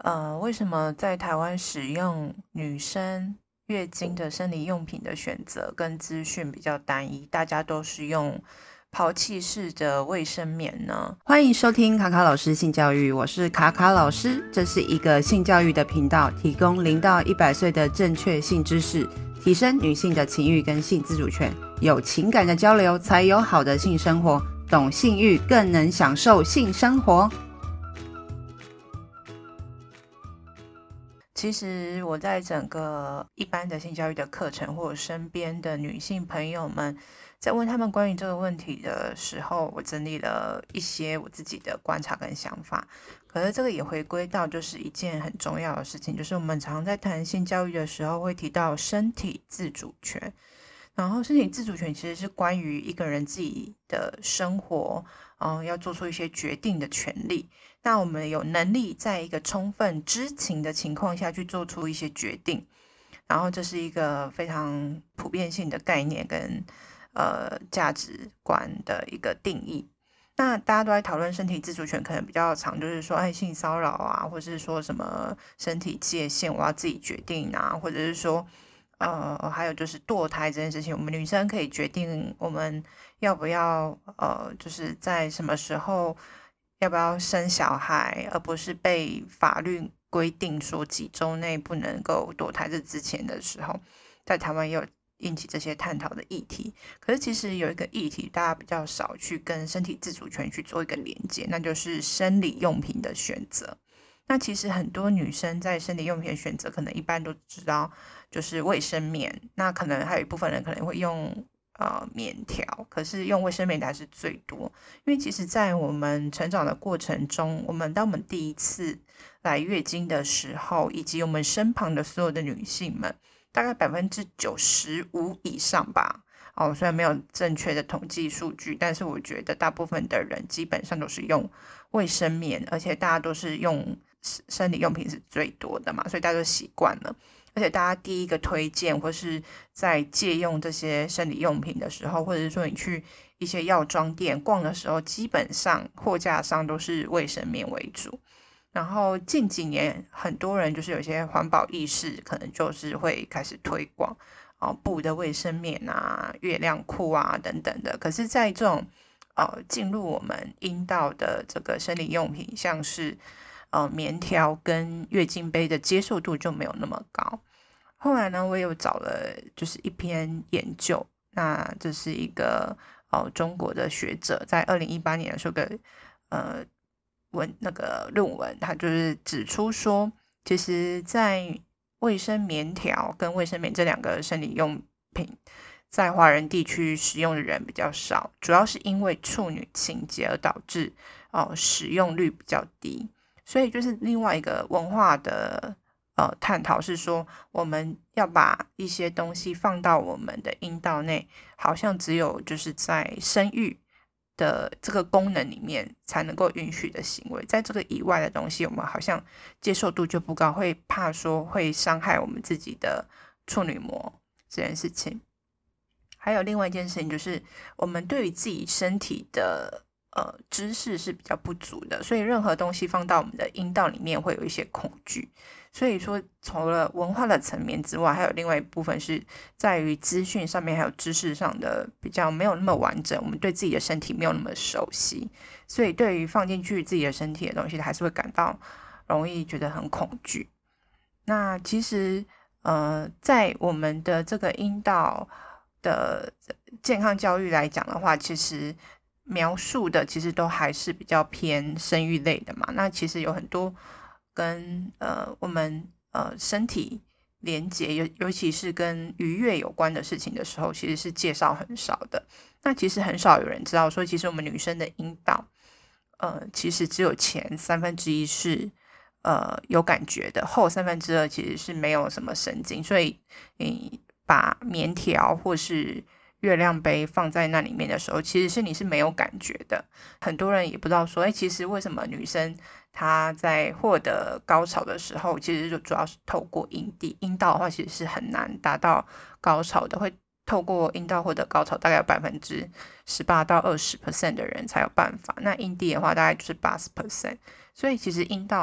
为什么在台湾使用女生月经的生理用品的选择跟资讯比较单一，大家都是用抛弃式的卫生棉呢？ 欢迎收听卡卡老师性教育，我是卡卡老师，这是一个性教育的频道，提供0到100岁的正确性知识，提升女性的情欲跟性自主权，有情感的交流才有好的性生活，懂性欲更能享受性生活。 其实我在整个一般的性教育的课程，或者身边的女性朋友们在问他们关于这个问题的时候，我整理了一些我自己的观察跟想法。可是这个也回归到就是一件很重要的事情，就是我们常在谈性教育的时候会提到身体自主权。然后身体自主权其实是关于一个人自己的生活，要做出一些决定的权利。那我们有能力在一个充分知情的情况下去做出一些决定，然后这是一个非常普遍性的概念跟价值观的一个定义。那大家都在讨论身体自主权，可能比较常就是说，性骚扰啊，或者是说什么身体界限我要自己决定啊，或者是说还有就是堕胎这件事情，我们女生可以决定我们要不要就是在什么时候要不要生小孩，而不是被法律规定说几周内不能够堕胎。这之前的时候，在台湾也有引起这些探讨的议题。可是其实有一个议题大家比较少去跟身体自主权去做一个连接，那就是生理用品的选择。那其实很多女生在生理用品的选择，可能一般都知道就是卫生棉，那可能还有一部分人可能会用棉条，可是用卫生棉的还是最多。因为其实在我们成长的过程中，当我们第一次来月经的时候，以及我们身旁的所有的女性们，大概95%以上吧。虽然没有正确的统计数据，但是我觉得大部分的人基本上都是用卫生棉，而且大家都是用生理用品是最多的嘛，所以大家都习惯了。而且大家第一个推荐或是在借用这些生理用品的时候，或者是说你去一些药妆店逛的时候，基本上货架上都是卫生棉为主。然后近几年很多人就是有一些环保意识，可能就是会开始推广布的卫生棉啊、月亮裤啊等等的。可是在这种进入我们阴道的这个生理用品，像是棉条跟月经杯的接受度就没有那么高。后来呢，我有找了就是一篇研究，那这是一个中国的学者在2018年的时候个那个论文，他就是指出说，其实在卫生棉条跟卫生棉这两个生理用品，在华人地区使用的人比较少，主要是因为处女情节而导致使用率比较低。所以就是另外一个文化的探讨是说，我们要把一些东西放到我们的阴道内，好像只有就是在生育的这个功能里面才能够允许的行为，在这个以外的东西，我们好像接受度就不高，会怕说会伤害我们自己的处女膜这件事情。还有另外一件事情，就是我们对于自己身体的知识是比较不足的，所以任何东西放到我们的阴道里面会有一些恐惧。所以说，除了文化的层面之外，还有另外一部分是在于资讯上面，还有知识上的比较没有那么完整，我们对自己的身体没有那么熟悉，所以对于放进去自己的身体的东西，还是会感到容易觉得很恐惧。那其实在我们的这个阴道的健康教育来讲的话，其实描述的其实都还是比较偏生育类的嘛。那其实有很多跟我们身体连接，尤其是跟愉悦有关的事情的时候，其实是介绍很少的。那其实很少有人知道说，其实我们女生的阴道其实只有前1/3是有感觉的，后2/3其实是没有什么神经，所以你把棉条或是月亮杯放在那里面的时候，其实是你是没有感觉的。很多人也不知道说，其实为什么女生她在获得高潮的时候，其实就主要是透过阴蒂，阴道的话其实是很难达到高潮的，会透过阴道获得高潮，大概有18%到20%的人才有办法。那阴蒂的话，大概就是80%。所以其实阴道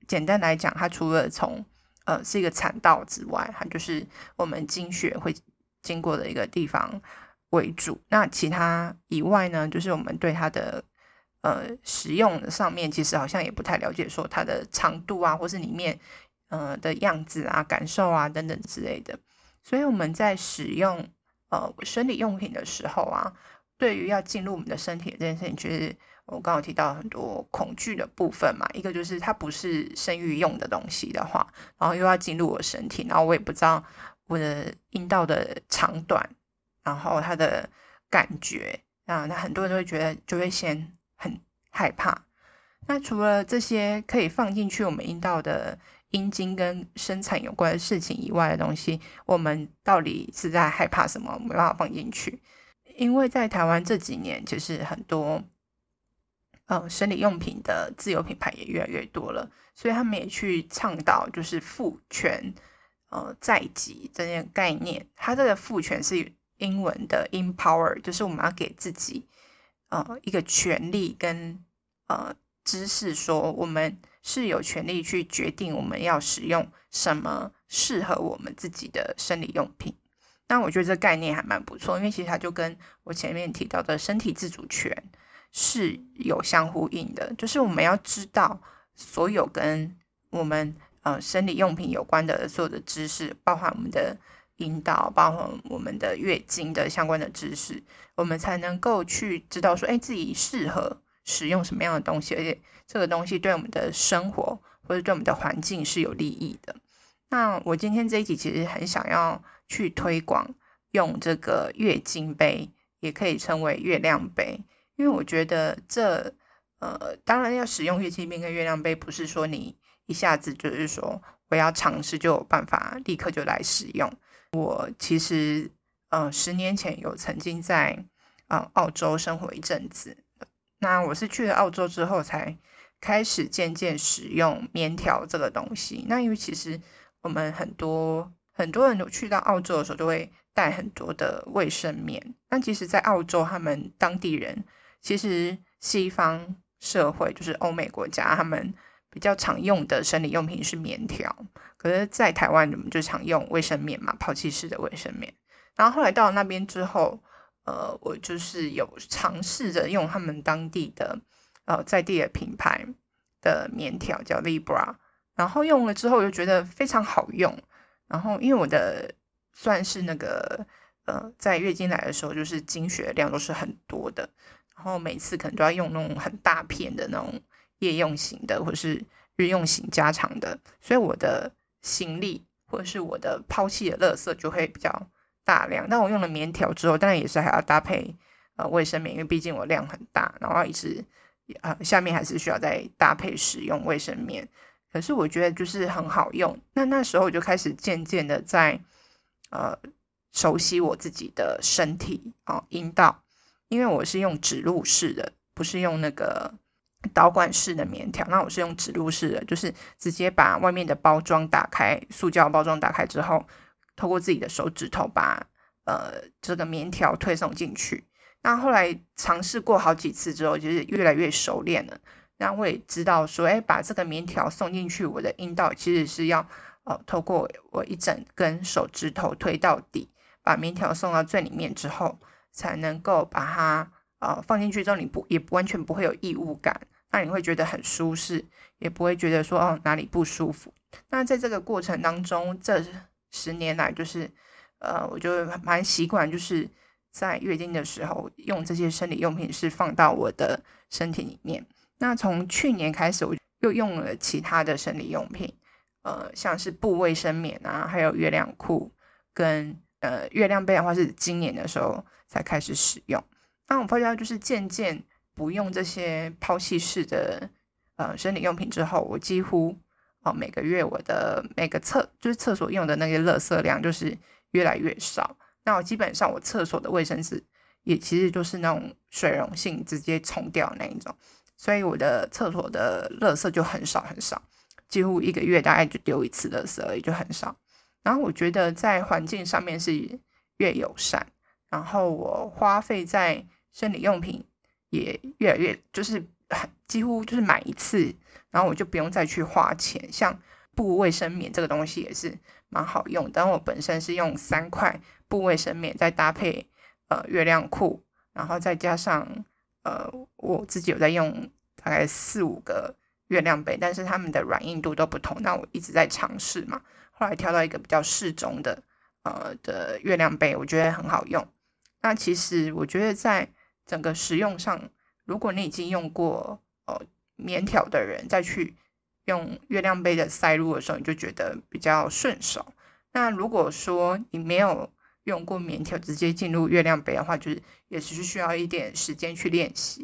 简单来讲，它除了从是一个产道之外，它就是我们经血会经过的一个地方为主。那其他以外呢，就是我们对它的使用上面其实好像也不太了解，说它的长度啊，或是里面的样子啊、感受啊等等之类的。所以我们在使用生理用品的时候啊，对于要进入我们的身体的这件事情，其实我刚刚有提到很多恐惧的部分嘛。一个就是它不是生育用的东西的话，然后又要进入我身体，然后我也不知道我的阴道的长短，然后它的感觉那很多人都会觉得就会先很害怕。那除了这些可以放进去我们阴道的阴茎跟生产有关的事情以外的东西，我们到底是在害怕什么没办法放进去？因为在台湾这几年其实很多生理用品的自有品牌也越来越多了，所以他们也去倡导就是父权在即这些概念。它这个父权是英文的 empower， 就是我们要给自己一个权利跟知识，说我们是有权利去决定我们要使用什么适合我们自己的生理用品。那我觉得这概念还蛮不错，因为其实它就跟我前面提到的身体自主权是有相呼应的，就是我们要知道所有跟我们生理用品有关的所有的知识，包含我们的引导，包含我们的月经的相关的知识，我们才能够去知道说自己适合使用什么样的东西，而且这个东西对我们的生活或者对我们的环境是有利益的。那我今天这一集其实很想要去推广用这个月经杯，也可以称为月亮杯，因为我觉得当然要使用月经杯跟月亮杯，不是说你一下子就是说我要尝试就有办法立刻就来使用。我其实10年前有曾经在澳洲生活一阵子，那我是去了澳洲之后才开始渐渐使用棉条这个东西。那因为其实我们很多人都去到澳洲的时候都会带很多的卫生棉，那其实在澳洲他们当地人其实西方社会就是欧美国家他们比较常用的生理用品是棉条，可是在台湾我们就常用卫生棉嘛，抛弃式的卫生棉。然后后来到了那边之后我就是有尝试着用他们当地的在地的品牌的棉条叫 Libra， 然后用了之后我就觉得非常好用。然后因为我的算是那个在月经来的时候就是经血量都是很多的，然后每次可能都要用那种很大片的那种夜用型的或是日用型加长的，所以我的行李或者是我的抛弃的垃圾就会比较大量。但我用了棉条之后当然也是还要搭配卫生棉，因为毕竟我量很大，然后一直下面还是需要再搭配使用卫生棉。可是我觉得就是很好用，那时候我就开始渐渐的在熟悉我自己的身体阴道，因为我是用指入式的，不是用那个导管式的棉条。那我是用指入式的，就是直接把外面的包装打开，塑胶包装打开之后，透过自己的手指头把这个棉条推送进去。那后来尝试过好几次之后，就是越来越熟练了。那我也知道说把这个棉条送进去我的阴道，其实是要透过我一整根手指头推到底，把棉条送到最里面之后，才能够把它放进去之后，你也完全不会有异物感，那你会觉得很舒适，也不会觉得说哪里不舒服。那在这个过程当中，这10年来就是我就蛮习惯，就是在月经的时候用这些生理用品是放到我的身体里面。那从去年开始我又用了其他的生理用品，像是布卫生棉啊，还有月亮裤跟月亮杯的话是今年的时候才开始使用。那我发现就是渐渐不用这些抛弃式的生理用品之后，我几乎每个月我的每个就是厕所用的那个垃圾量就是越来越少。那我基本上我厕所的卫生纸也其实就是那种水溶性直接冲掉那一种，所以我的厕所的垃圾就很少很少，几乎1个月大概就丢1次垃圾而已，就很少。然后我觉得在环境上面是越友善，然后我花费在生理用品也越来越就是几乎就是买一次然后我就不用再去花钱。像布卫生棉这个东西也是蛮好用，但我本身是用3块布卫生棉，再搭配月亮裤，然后再加上我自己有在用大概4-5个月亮杯，但是它们的软硬度都不同，那我一直在尝试嘛，后来挑到一个比较适中的月亮杯，我觉得很好用。那其实我觉得在整个使用上，如果你已经用过棉条的人再去用月亮杯的塞入的时候，你就觉得比较顺手。那如果说你没有用过棉条直接进入月亮杯的话，就是也是需要一点时间去练习。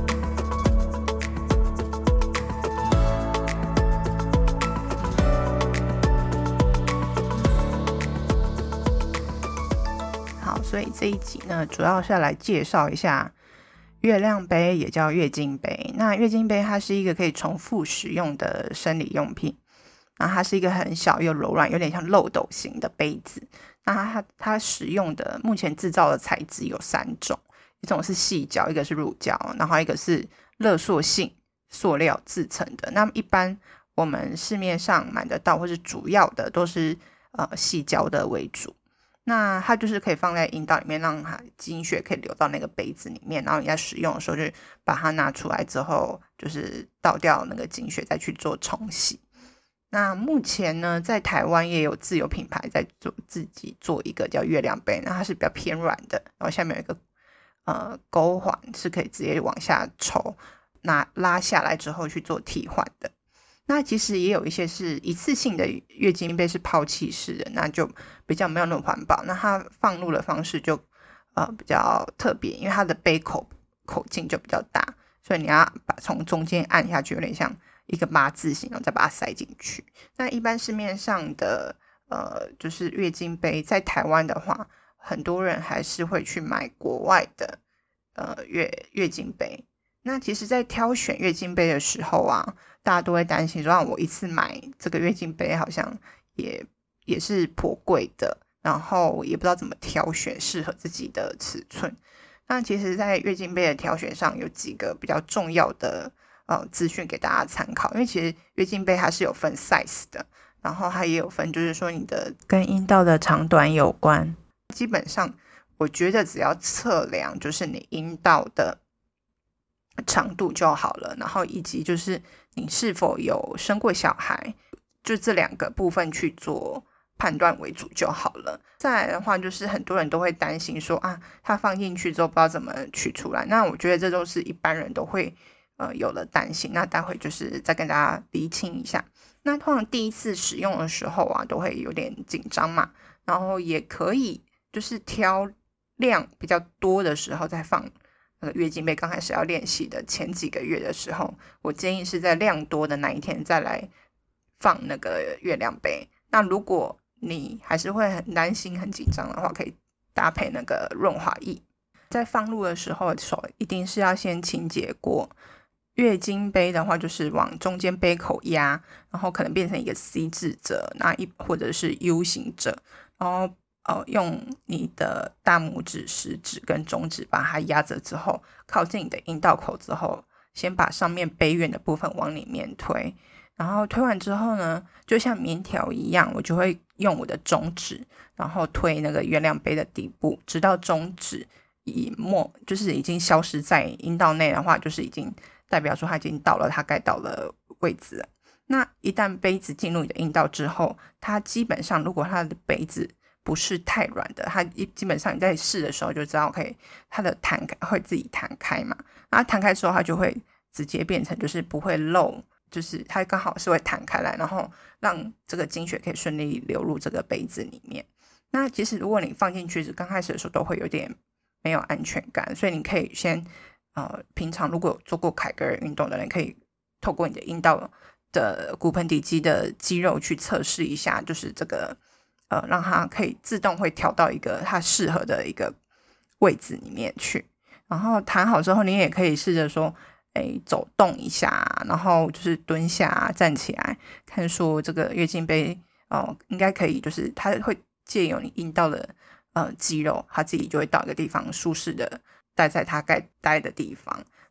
好，所以这一集呢，主要是要来介绍一下月亮杯，也叫月经杯。那月经杯它是一个可以重复使用的生理用品，然后它是一个很小又柔软，有点像漏斗型的杯子。那它使用的目前制造的材质有3种，一种是矽胶，一个是乳胶，然后一个是热塑性塑料制成的。那一般我们市面上买得到或是主要的都是矽胶的为主。那它就是可以放在阴道里面，让它经血可以流到那个杯子里面，然后你在使用的时候就把它拿出来之后，就是倒掉那个经血再去做冲洗。那目前呢，在台湾也有自有品牌在自己做一个叫月亮杯，那它是比较偏软的，然后下面有一个钩环是可以直接往下抽，那拉下来之后去做替换的。那其实也有一些是一次性的月经杯是抛弃式的，那就比较没有那么环保。那它放入的方式就比较特别，因为它的杯口径就比较大，所以你要从中间按下去，有点像一个8字形，然后再把它塞进去。那一般市面上的就是月经杯，在台湾的话，很多人还是会去买国外的月经杯。那其实在挑选月经杯的时候啊，大家都会担心说我一次买这个月经杯好像也是颇贵的，然后也不知道怎么挑选适合自己的尺寸。那其实在月经杯的挑选上有几个比较重要的资讯给大家参考，因为其实月经杯它是有分 size 的，然后它也有分就是说你的跟阴道的长短有关。基本上我觉得只要测量就是你阴道的长度就好了，然后以及就是你是否有生过小孩，就这2个部分去做判断为主就好了。再来的话就是很多人都会担心说它放进去之后不知道怎么取出来，那我觉得这都是一般人都会有了担心，那待会就是再跟大家厘清一下。那通常第一次使用的时候都会有点紧张嘛，然后也可以就是挑量比较多的时候再放月经杯。刚开始要练习的前几个月的时候，我建议是在量多的那一天再来放那个月亮杯。那如果你还是会很担心很紧张的话，可以搭配那个润滑液。在放入的时候手一定是要先清洁过。月经杯的话就是往中间杯口压，然后可能变成一个 C 字褶，或者是 U 型褶，然后用你的大拇指、食指跟中指把它压着之后，靠近你的阴道口之后，先把上面杯缘的部分往里面推，然后推完之后呢，就像棉条一样，我就会用我的中指，然后推那个月亮杯的底部，直到中指就是已经消失在阴道内的话，就是已经代表说它已经到了它该到的位置了。那一旦杯子进入你的阴道之后，它基本上如果它的杯子不是太软的，它基本上你在试的时候就知道它的会自己弹开嘛，然后弹开之后它就会直接变成就是不会漏，就是它刚好是会弹开来，然后让这个经血可以顺利流入这个杯子里面。那其实如果你放进去刚开始的时候都会有点没有安全感，所以你可以先平常如果有做过凯格尔运动的人，可以透过你的阴道的骨盆底肌的肌肉去测试一下，就是这个让它可以自动会调到一个它适合的一个位置里面去。然后弹好之后，你也可以试着说走动一下，然后就是蹲下站起来，看说这个月经杯应该可以，就是它会借由你阴道的肌肉，它自己就会到一个地方舒适的待在它该待的地方。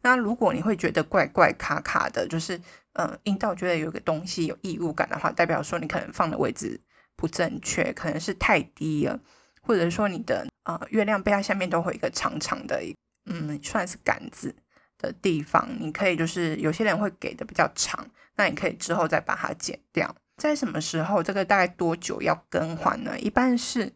那如果你会觉得怪怪卡卡的，就是阴道觉得有个东西有异物感的话，代表说你可能放的位置不正确，可能是太低了，或者说你的月亮杯它下面都会有一个长长的算是杆子的地方，你可以就是有些人会给的比较长，那你可以之后再把它剪掉。在什么时候，这个大概多久要更换呢？一般是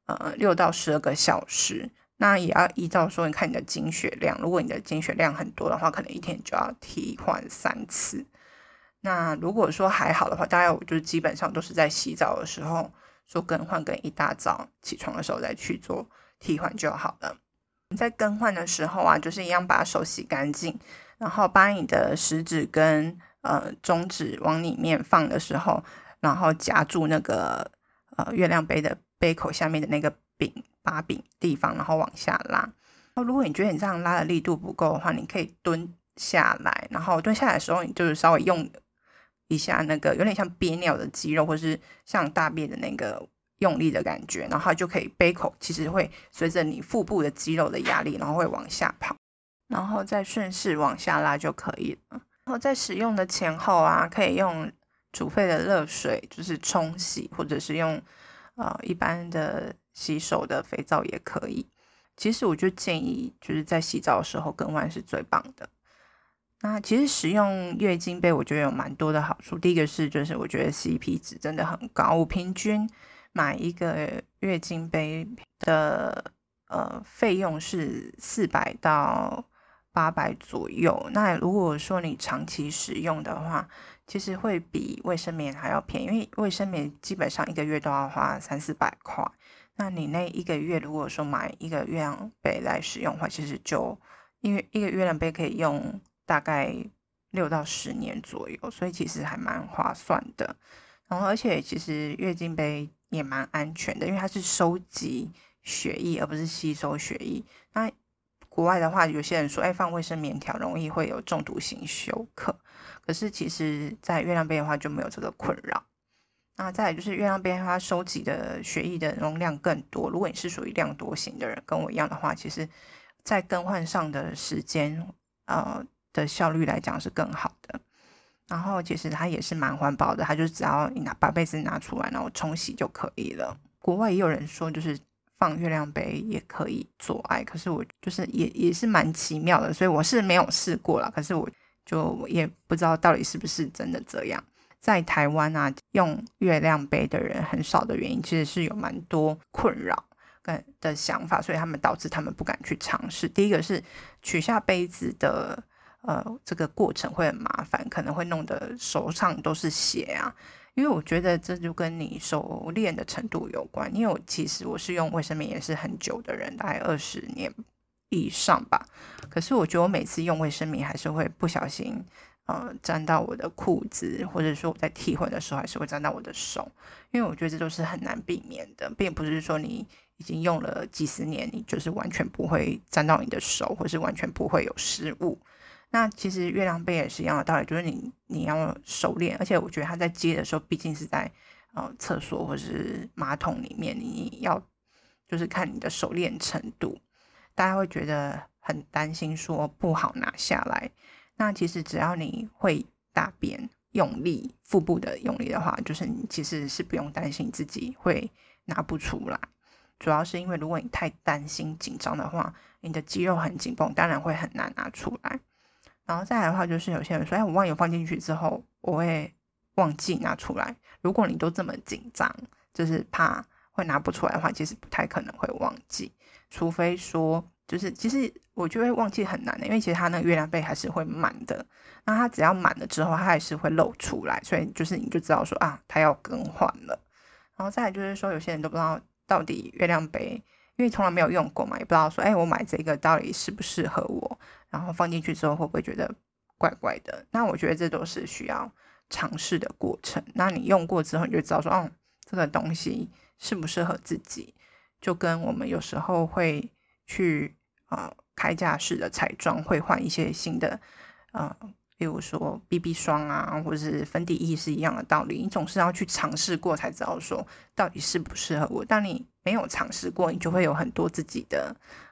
6到12个小时。那也要依照说你看你的经血量，如果你的经血量很多的话，可能一天就要替换3次。那如果说还好的话，大概我就基本上都是在洗澡的时候做更换，跟一大早起床的时候再去做替换就好了。你在更换的时候啊，就是一样把手洗干净，然后把你的食指跟中指往里面放的时候，然后夹住那个月亮杯的杯口下面的那个把柄地方，然后往下拉。如果你觉得你这样拉的力度不够的话，你可以蹲下来，然后蹲下来的时候，你就是稍微用一下那个有点像憋尿的肌肉，或是像大便的那个用力的感觉，然后就可以杯口其实会随着你腹部的肌肉的压力，然后会往下跑，然后再顺势往下拉就可以了。然后在使用的前后啊，可以用煮沸的热水就是冲洗，或者是用一般的洗手的肥皂也可以。其实我就建议就是在洗澡的时候更换是最棒的。那其实使用月经杯我觉得有蛮多的好处。第一个是就是我觉得 CP 值真的很高，我平均买一个月经杯的费用是400到800左右。那如果说你长期使用的话，其实会比卫生棉还要便宜，因为卫生棉基本上1个月都要花300-400块。那你那1个月如果说买一个月亮杯来使用的话，其实就因为一个月亮杯可以用大概6到10年左右，所以其实还蛮划算的。然后而且其实月经杯也蛮安全的，因为它是收集血液而不是吸收血液。那国外的话，有些人说放卫生棉条容易会有中毒性休克，可是其实在月亮杯的话就没有这个困扰。那再来就是月亮杯它收集的血液的容量更多，如果你是属于量多型的人跟我一样的话，其实在更换上的时间的效率来讲是更好的。然后其实它也是蛮环保的，它就只要你把杯子拿出来然后冲洗就可以了。国外也有人说就是放月亮杯也可以做爱，可是我就是也是蛮奇妙的，所以我是没有试过啦，可是我就也不知道到底是不是真的这样。在台湾啊，用月亮杯的人很少的原因，其实是有蛮多困扰的想法，所以他们导致他们不敢去尝试。第一个是取下杯子的这个过程会很麻烦，可能会弄得手上都是血啊。因为我觉得这就跟你熟练的程度有关，因为其实我是用卫生棉也是很久的人，大概20年以上吧。可是我觉得我每次用卫生棉还是会不小心沾到我的裤子，或者说我在替换的时候还是会沾到我的手，因为我觉得这都是很难避免的，并不是说你已经用了几十年你就是完全不会沾到你的手，或是完全不会有失误。那其实月亮杯也是一样的道理，就是你要熟练，而且我觉得它在接的时候毕竟是在厕所或是马桶里面，你要就是看你的熟练程度。大家会觉得很担心说不好拿下来，那其实只要你会大便用力，腹部的用力的话，就是你其实是不用担心自己会拿不出来。主要是因为如果你太担心紧张的话，你的肌肉很紧绷，当然会很难拿出来。然后再来的话，就是有些人说我万一放进去之后我会忘记拿出来。如果你都这么紧张，就是怕会拿不出来的话，其实不太可能会忘记，除非说就是其实我觉得忘记很难的，因为其实它那个月亮杯还是会满的，那它只要满了之后它还是会露出来，所以就是你就知道说它要更换了。然后再来就是说有些人都不知道到底月亮杯，因为从来没有用过嘛，也不知道说我买这个到底适不适合我，然后放进去之后会不会觉得怪怪的。那我觉得这都是需要尝试的过程，那你用过之后你就知道说这个东西适不适合自己。就跟我们有时候会去开架式的彩妆会换一些新的例如说 BB 霜啊或者是粉底液是一样的道理，你总是要去尝试过才知道说到底适不适合我。当你没有尝试过，你就会有很多自己的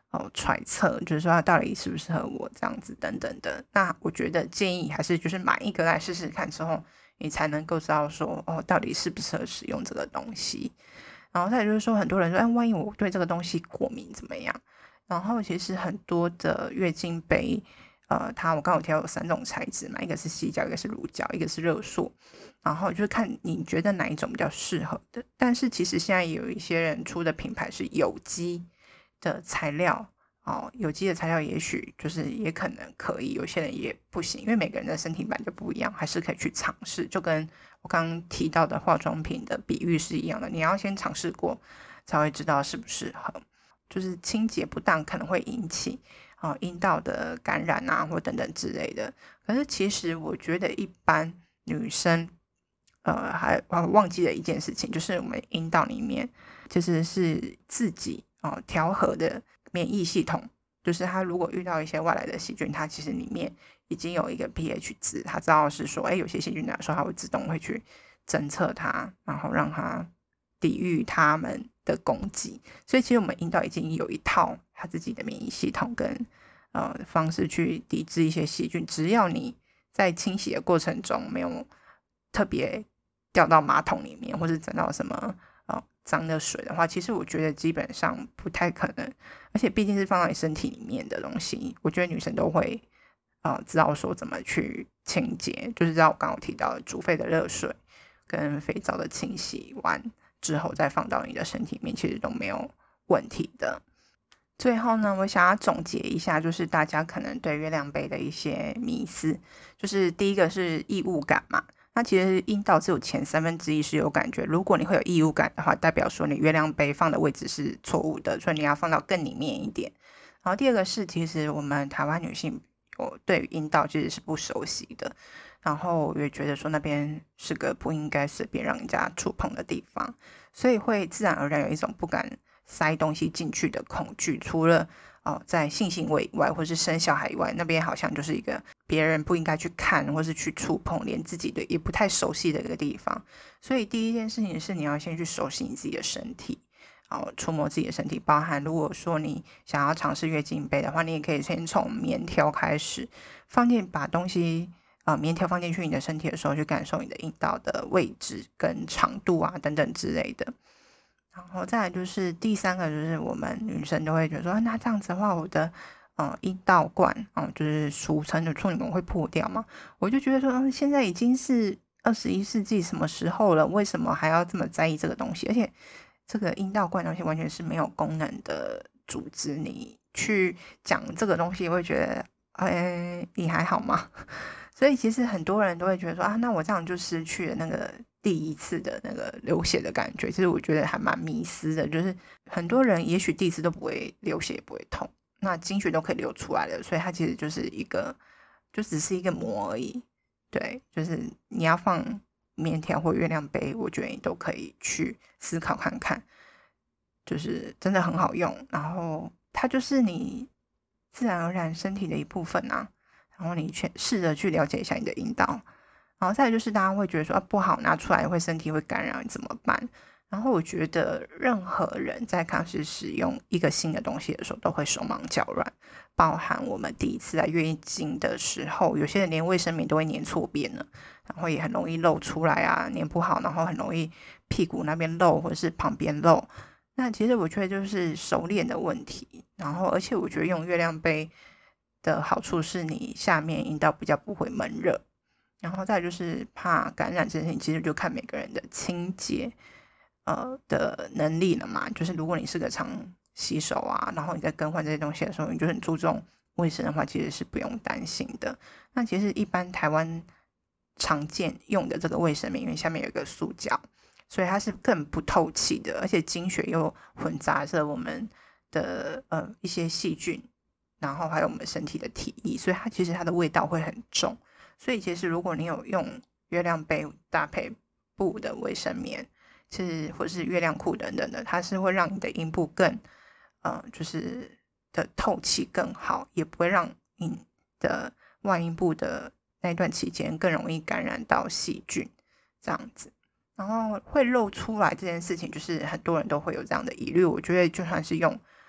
揣测，就是说它到底适不适合我这样子等等的。那我觉得建议还是就是买一个来试试看之后，你才能够知道说到底适不适合使用这个东西。然后再就是说，很多人说，万一我对这个东西过敏怎么样？然后其实很多的月经杯，我刚刚有提到有3种材质嘛，一个是矽胶，一个是乳胶，一个是热塑。然后就是看你觉得哪一种比较适合的。但是其实现在有一些人出的品牌是有机的材料。有机的材料也许就是也可能可以，有些人也不行，因为每个人的身体本来就不一样，还是可以去尝试。就跟我刚刚提到的化妆品的比喻是一样的，你要先尝试过才会知道适不适合。就是清洁不当可能会引起阴道的感染啊或等等之类的。可是其实我觉得一般女生还忘记了一件事情，就是我们阴道里面其实是自己调和的免疫系统，就是它如果遇到一些外来的细菌，它其实里面已经有一个 pH 值，它知道是说有些细菌来说它会自动会去侦测它，然后让它抵御它们的攻击。所以其实我们阴道已经有一套它自己的免疫系统跟方式去抵制一些细菌，只要你在清洗的过程中没有特别掉到马桶里面或者沾到什么脏的水的话，其实我觉得基本上不太可能。而且毕竟是放到你身体里面的东西，我觉得女生都会知道说怎么去清洁，就是知道我刚刚提到的煮沸的热水跟肥皂的清洗完之后再放到你的身体里面，其实都没有问题的。最后呢，我想要总结一下，就是大家可能对月亮杯的一些迷思。就是第一个是异物感嘛，那其实阴道只有前1/3是有感觉，如果你会有异物感的话，代表说你月亮杯放的位置是错误的，所以你要放到更里面一点。然后第二个是，其实我们台湾女性对于阴道其实是不熟悉的，然后也觉得说那边是个不应该随便让人家触碰的地方，所以会自然而然有一种不敢塞东西进去的恐惧。除了在性行为以外，或是生小孩以外，那边好像就是一个别人不应该去看或是去触碰，连自己的也不太熟悉的一个地方。所以第一件事情是你要先去熟悉你自己的身体，触摸自己的身体，包含如果说你想要尝试月经杯的话，你也可以先从棉条开始把东西棉条放进去你的身体的时候，去感受你的阴道的位置跟长度啊等等之类的。然后再来就是第3个，就是我们女生都会觉得说，那这样子的话，我的阴道冠就是俗称的处女膜会破掉吗？我就觉得说，现在已经是21世纪什么时候了，为什么还要这么在意这个东西？而且这个阴道冠东西完全是没有功能的组织，你去讲这个东西，会觉得，你还好吗？所以其实很多人都会觉得说，那我这样就失去了那个第一次的那个流血的感觉。其实我觉得还蛮迷思的，就是很多人也许第一次都不会流血也不会痛，那经血都可以流出来了，所以它其实就只是一个膜而已。对，就是你要放面条或月亮杯，我觉得你都可以去思考看看，就是真的很好用，然后它就是你自然而然身体的一部分啊。然后你试着去了解一下你的阴道，然后再来就是大家会觉得说不好拿出来身体会感染怎么办？然后我觉得任何人在开始使用一个新的东西的时候都会手忙脚乱，包含我们第一次来月经的时候，有些人连卫生棉都会粘错边了，然后也很容易漏出来啊，粘不好，然后很容易屁股那边漏或者是旁边漏。那其实我觉得就是熟练的问题，然后而且我觉得用月亮杯的好处是你下面阴道比较不会闷热，然后再就是怕感染这件事情，其实就看每个人的清洁的能力了嘛。就是如果你是个常洗手啊，然后你在更换这些东西的时候，你就很注重卫生的话，其实是不用担心的。那其实一般台湾常见用的这个卫生棉，因为下面有一个塑胶，所以它是更不透气的，而且经血又混杂着我们的一些细菌，然后还有我们身体的体液，所以其实它的味道会很重。所以其实如果你有用月亮杯搭配布的卫生棉，或者是月亮裤等等的，它是会让你的阴部更就是的透气更好，也不会让你的外阴部的那段期间更容易感染到细菌这样子。然后会露出来这件事情，就是很多人都会有这样的疑虑。我觉得就算是用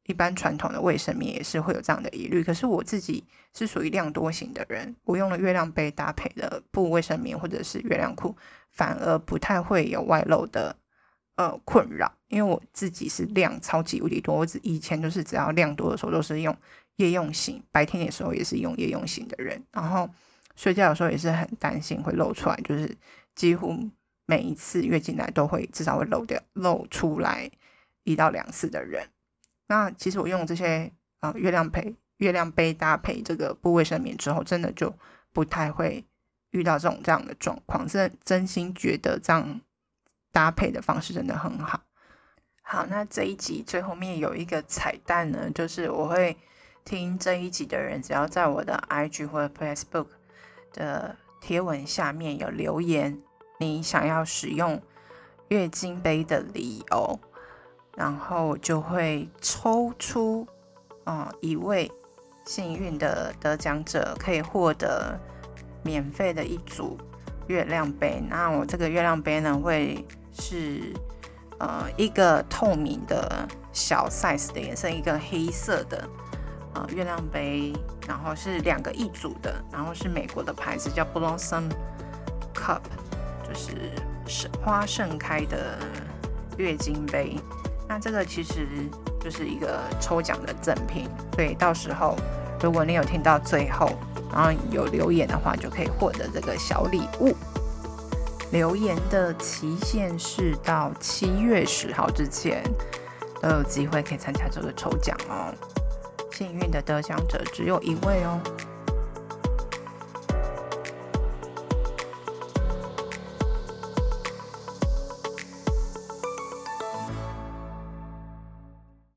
一般传统的卫生棉也是会有这样的疑虑。可是我自己是属于量多型的人，我用了月亮杯搭配的布卫生棉或者是月亮裤，反而不太会有外露的困扰，因为我自己是量超级无敌多，我以前就是只要量多的时候都是用夜用型，白天的时候也是用夜用型的人，然后睡觉的时候也是很担心会露出来，就是几乎每一次月经来都会至少会露出来1到2次的人。那其实我用这些月亮杯搭配这个布卫生棉之后，真的就不太会遇到这样的状况，真心觉得这样搭配的方式真的很好。好，那这一集最后面有一个彩蛋呢，就是我会听这一集的人，只要在我的 IG 或者 Facebook 的贴文下面有留言你想要使用月经杯的理由，然后就会抽出一位幸运的得奖者，可以获得免费的一组月亮杯。那我这个月亮杯呢，会是一个透明的小 size 的颜色，一个黑色的月亮杯，然后是2个一组的，然后是美国的牌子叫 Blossom Cup， 就是花盛开的月经杯。那这个其实就是一个抽奖的赠品，所以到时候如果你有听到最后，然后有留言的话，就可以获得这个小礼物。留言的期限是到7月10号之前都有机会可以参加这个抽奖哦。幸运的得奖者只有1位哦。